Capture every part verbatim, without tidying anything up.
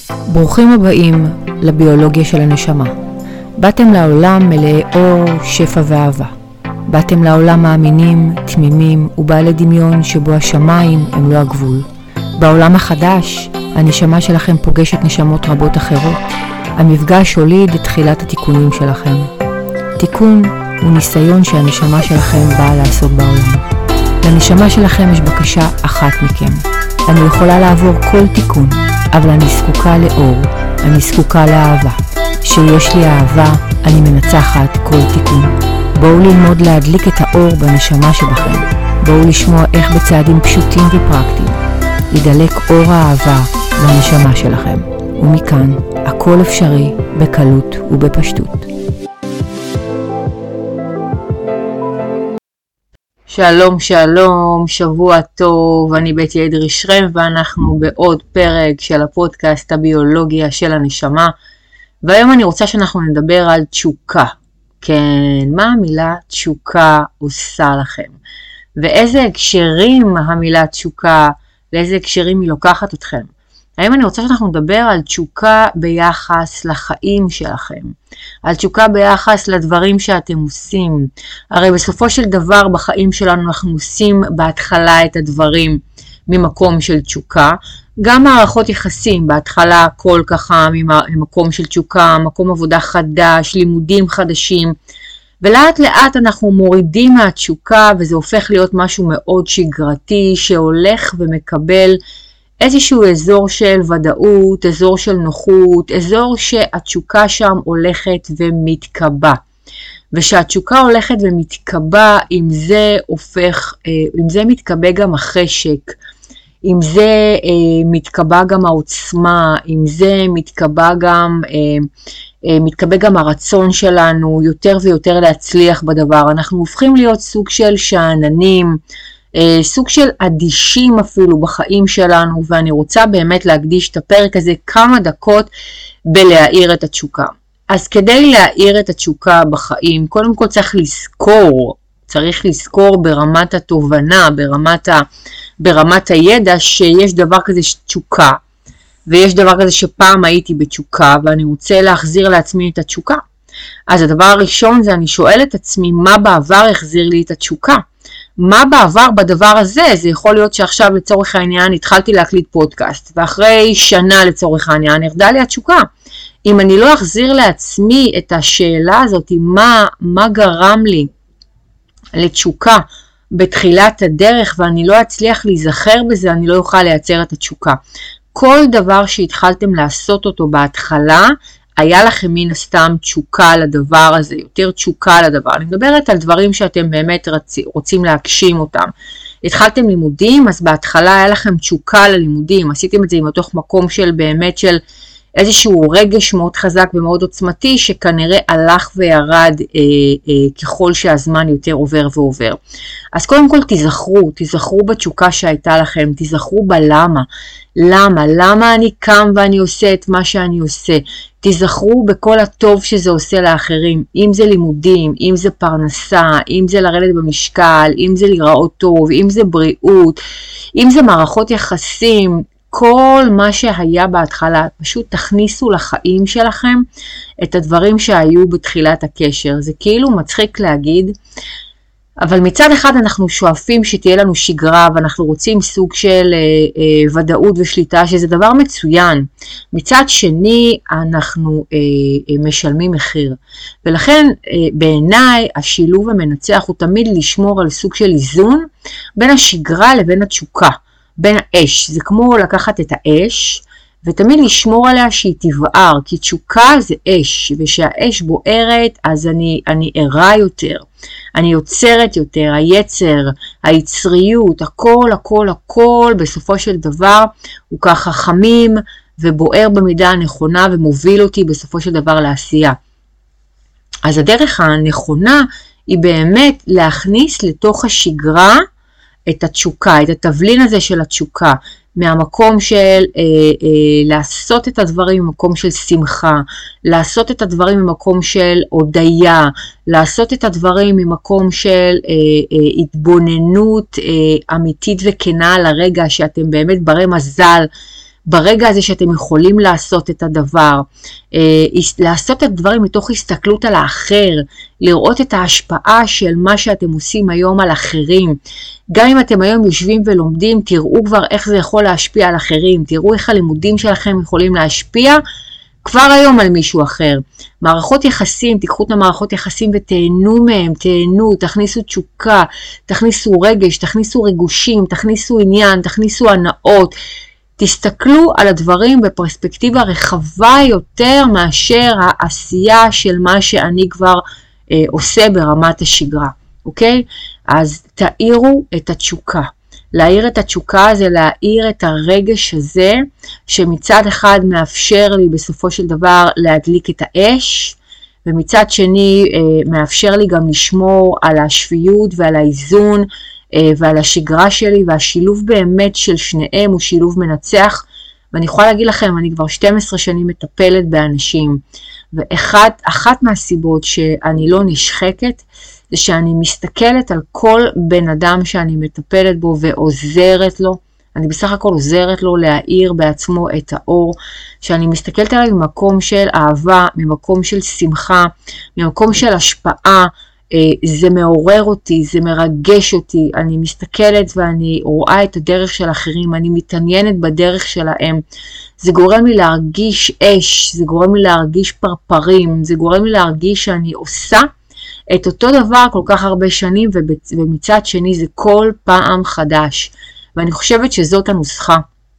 ברוכים הבאים לביולוגיה של הנשמה. באתם לעולם מלאי אור, שפע ואהבה. באתם לעולם מאמינים, תמימים ובעלי דמיון שבו השמיים הם לא הגבול. בעולם החדש, הנשמה שלכם פוגשת נשמות רבות אחרות. המפגש הוליד את תחילת התיקונים שלכם. תיקון הוא ניסיון שהנשמה שלכם באה לעשות בעולם. לנשמה שלכם יש בקשה אחת מכם. אני יכולה לעבור כל תיקון, אבל אני זקוקה לאור, אני זקוקה לאהבה. כשיש לי אהבה, אני מנצחת כל תיקון. בואו ללמוד להדליק את האור בנשמה שבכם. בואו לשמוע איך בצעדים פשוטים ופרקטיים ידלק אור האהבה לנשמה שלכם. ומכאן, הכל אפשרי בקלות ובפשטות. שלום שלום, שבוע טוב, אני בית אדרי שרם ואנחנו בעוד פרק של הפודקאסט הביולוגיה של הנשמה. והיום אני רוצה שאנחנו נדבר על תשוקה. כן, מה המילה תשוקה עושה לכם? ואיזה הקשרים המילה תשוקה, לאיזה הקשרים היא לוקחת אתכם? היום אני רוצה שאנחנו נדבר על תשוקה ביחס לחיים שלכם, על תשוקה ביחס לדברים שאתם עושים. הרי בסופו של דבר בחיים שלנו אנחנו עושים בהתחלה את הדברים ממקום של תשוקה, גם מערכות יחסים, בהתחלה הכל ככה ממקום של תשוקה, מקום עבודה חדש, לימודים חדשים, ולאט לאט אנחנו מורידים מהתשוקה וזה הופך להיות משהו מאוד שגרתי שהולך ומקבל איזשהו אזור של ודאות, אזור של נוחות, אזור שהתשוקה שם הולכת ומתקבע. ושהתשוקה הולכת ומתקבע, עם זה הופך, עם זה מתקבע גם החשק, עם זה מתקבע גם העוצמה, עם זה מתקבע גם, מתקבע גם הרצון שלנו יותר ויותר להצליח בדבר. אנחנו הופכים להיות סוג של שעננים, סוג של אדישים אפילו בחיים שלנו, ואני רוצה באמת להקדיש את הפרק הזה כמה דקות בלהאיר את התשוקה. אז כדי להאיר את התשוקה בחיים, קודם כל צריך לזכור, צריך לזכור ברמת התובנה, ברמת, ה, ברמת הידע שיש דבר כזה תשוקה, ויש דבר כזה שפעם הייתי בתשוקה, ואני רוצה להחזיר לעצמי את התשוקה. אז הדבר הראשון זה אני שואל את עצמי, מה בעבר החזיר לי את התשוקה? מה בעבר בדבר הזה? זה יכול להיות שעכשיו לצורך העניין התחלתי להקליט פודקאסט, ואחרי שנה לצורך העניין ירדה לי התשוקה. אם אני לא אחזיר לעצמי את השאלה הזאת, מה, מה גרם לי לתשוקה בתחילת הדרך, ואני לא אצליח להיזכר בזה, אני לא אוכל לייצר את התשוקה. כל דבר שהתחלתם לעשות אותו בהתחלה, היה לכם מן הסתם תשוקה לדבר הזה, יותר תשוקה לדבר. אני מדברת על דברים שאתם באמת רוצים להגשים אותם. התחלתם לימודים, אז בהתחלה היה לכם תשוקה ללימודים, עשיתם את זה עם מתוך מקום של באמת של איזשהו רגש מאוד חזק ומאוד עוצמתי, שכנראה הלך וירד אה, אה, ככל שהזמן יותר עובר ועובר. אז קודם כל תזכרו, תזכרו בתשוקה שהייתה לכם, תזכרו בלמה. למה? למה אני קם ואני עושה את מה שאני עושה? תזכרו בכל הטוב שזה עושה לאחרים, אם זה לימודים, אם זה פרנסה, אם זה לרדת במשקל, אם זה לראות טוב, אם זה בריאות, אם זה מערכות יחסים, כל מה שהיה בהתחלה, פשוט תכניסו לחיים שלכם את הדברים שהיו בתחילת הקשר. זה כאילו מצחיק להגיד, אבל מצד אחד אנחנו שואפים שתהיה לנו שגרה, ואנחנו רוצים סוג של אה, אה, ודאות ושליטה, שזה דבר מצוין. מצד שני אנחנו אה, אה, משלמים מחיר. ולכן אה, בעיניי השילוב המנצח הוא תמיד לשמור על סוג של איזון, בין השגרה לבין התשוקה. בין האש, זה כמו לקחת את האש, ותמיד לשמור עליה שהיא תבער, כי תשוקה זה אש, ושהאש בוערת, אז אני, אני ערה יותר, אני יוצרת יותר, היצר, היצריות, הכל, הכל, הכל, בסופו של דבר, הוא ככה חמים, ובוער במידה הנכונה, ומוביל אותי בסופו של דבר לעשייה. אז הדרך הנכונה, היא באמת להכניס לתוך השגרה, את התשוקה, את התבלין הזה של התשוקה, מהמקום של אה, אה, לעשות את הדברים ממקום של שמחה, לעשות את הדברים ממקום של הודיה, לעשות את הדברים ממקום של אה, אה, התבוננות אה, אמיתית וכנה על הרגע שאתם באמת ברי מזל, ברגע הזה שאתם יכולים לעשות את הדבר, לעשות את הדברים מתוך הסתכלות על האחר, לראות את ההשפעה של מה שאתם עושים היום על אחרים. גם אם אתם היום יושבים ולומדים, תראו כבר איך זה יכול להשפיע על אחרים, תראו איך הלימודים שלכם יכולים להשפיע כבר היום על מישהו אחר. מערכות יחסים, תיקחו את המערכות יחסים ותהנו מהם, תהנו, תכניסו תשוקה, תכניסו רגש, תכניסו ריגושים, תכניסו עניין, תכניסו הנאות. תסתכלו על הדברים בפרספקטיבה רחבה יותר מאשר העשייה של מה שאני כבר אה, עושה ברמת השגרה, אוקיי? אז תאירו את התשוקה. להאיר את התשוקה זה להאיר את הרגש הזה, שמצד אחד מאפשר לי בסופו של דבר להדליק את האש, ומצד שני אה, מאפשר לי גם לשמור על השפיות ועל האיזון, ועל השגרה שלי, והשילוב באמת של שניהם הוא שילוב מנצח. ואני יכולה להגיד לכם, אני כבר שתים עשרה שנים מטפלת באנשים, ואחת אחת מהסיבות שאני לא נשחקת, זה שאני מסתכלת על כל בן אדם שאני מטפלת בו ועוזרת לו, אני בסך הכל עוזרת לו להאיר בעצמו את האור, שאני מסתכלת עליו ממקום של אהבה, ממקום של שמחה, ממקום של השפעה, זה מעורר אותי, זה מרגש אותי, אני מסתכלת ואני רואה את הדרך של אחרים, אני מתעניינת בדרך שלהם, זה גורם לי להרגיש אש, זה גורם לי להרגיש פרפרים, זה גורם לי להרגיש שאני עושה את אותו דבר כל כך הרבה שנים, ומצד שני זה כל פעם חדש, ואני חושבת שזאת הנוסחה,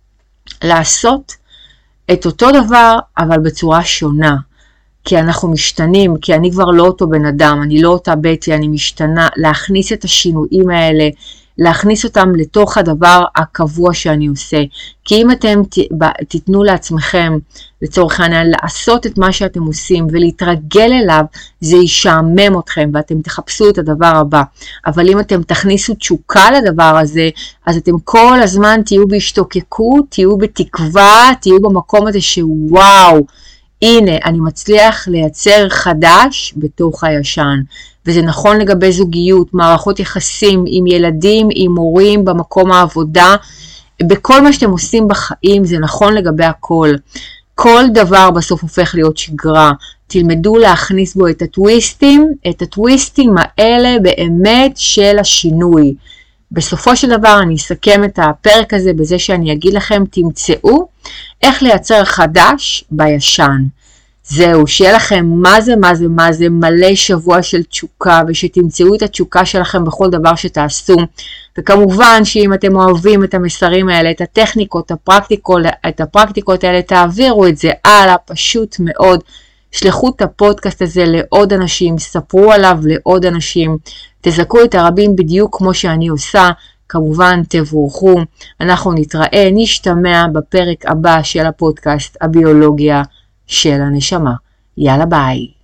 לעשות את אותו דבר אבל בצורה שונה, כי אנחנו משתנים, כי אני כבר לא אותו בן אדם, אני לא אותה בטי, אני משתנה, להכניס את השינויים האלה, להכניס אותם לתוך הדבר הקבוע שאני עושה. כי אם אתם תיתנו לעצמכם, לצורך העניין, לעשות את מה שאתם עושים ולהתרגל אליו, זה ישעמם אתכם ואתם תחפשו את הדבר הבא. אבל אם אתם תכניסו תשוקה לדבר הזה, אז אתם כל הזמן תהיו בהשתוקקות, תהיו בתקווה, תהיו במקום הזה שוואו, הנה, אני מצליח לייצר חדש בתוך הישן. וזה נכון לגבי זוגיות, מערכות יחסים עם ילדים, עם הורים, במקום העבודה. בכל מה שאתם עושים בחיים זה נכון לגבי הכל. כל דבר בסוף הופך להיות שגרה. תלמדו להכניס בו את הטוויסטים, את הטוויסטים האלה באמת של השינוי. בסופו של דבר אני אסכם את הפרק הזה בזה שאני אגיד לכם, תמצאו איך לייצר חדש בישן. זהו, שיהיה לכם מה זה מה זה מה זה מלא שבוע של תשוקה, ושתמצאו את התשוקה שלכם בכל דבר שתעשו. וכמובן שאם אתם אוהבים את המסרים האלה, את הטכניקות, הפרקטיקות, את הפרקטיקות האלה, תעבירו את זה הלאה, פשוט מאוד. שלחו את הפודקאסט הזה לעוד אנשים, ספרו עליו לעוד אנשים, תזכו את הרבים בדיוק כמו שאני עושה, כמובן תבורכו. אנחנו נתראה, נשתמע בפרק הבא של הפודקאסט הביולוגיה של הנשמה. יאללה ביי.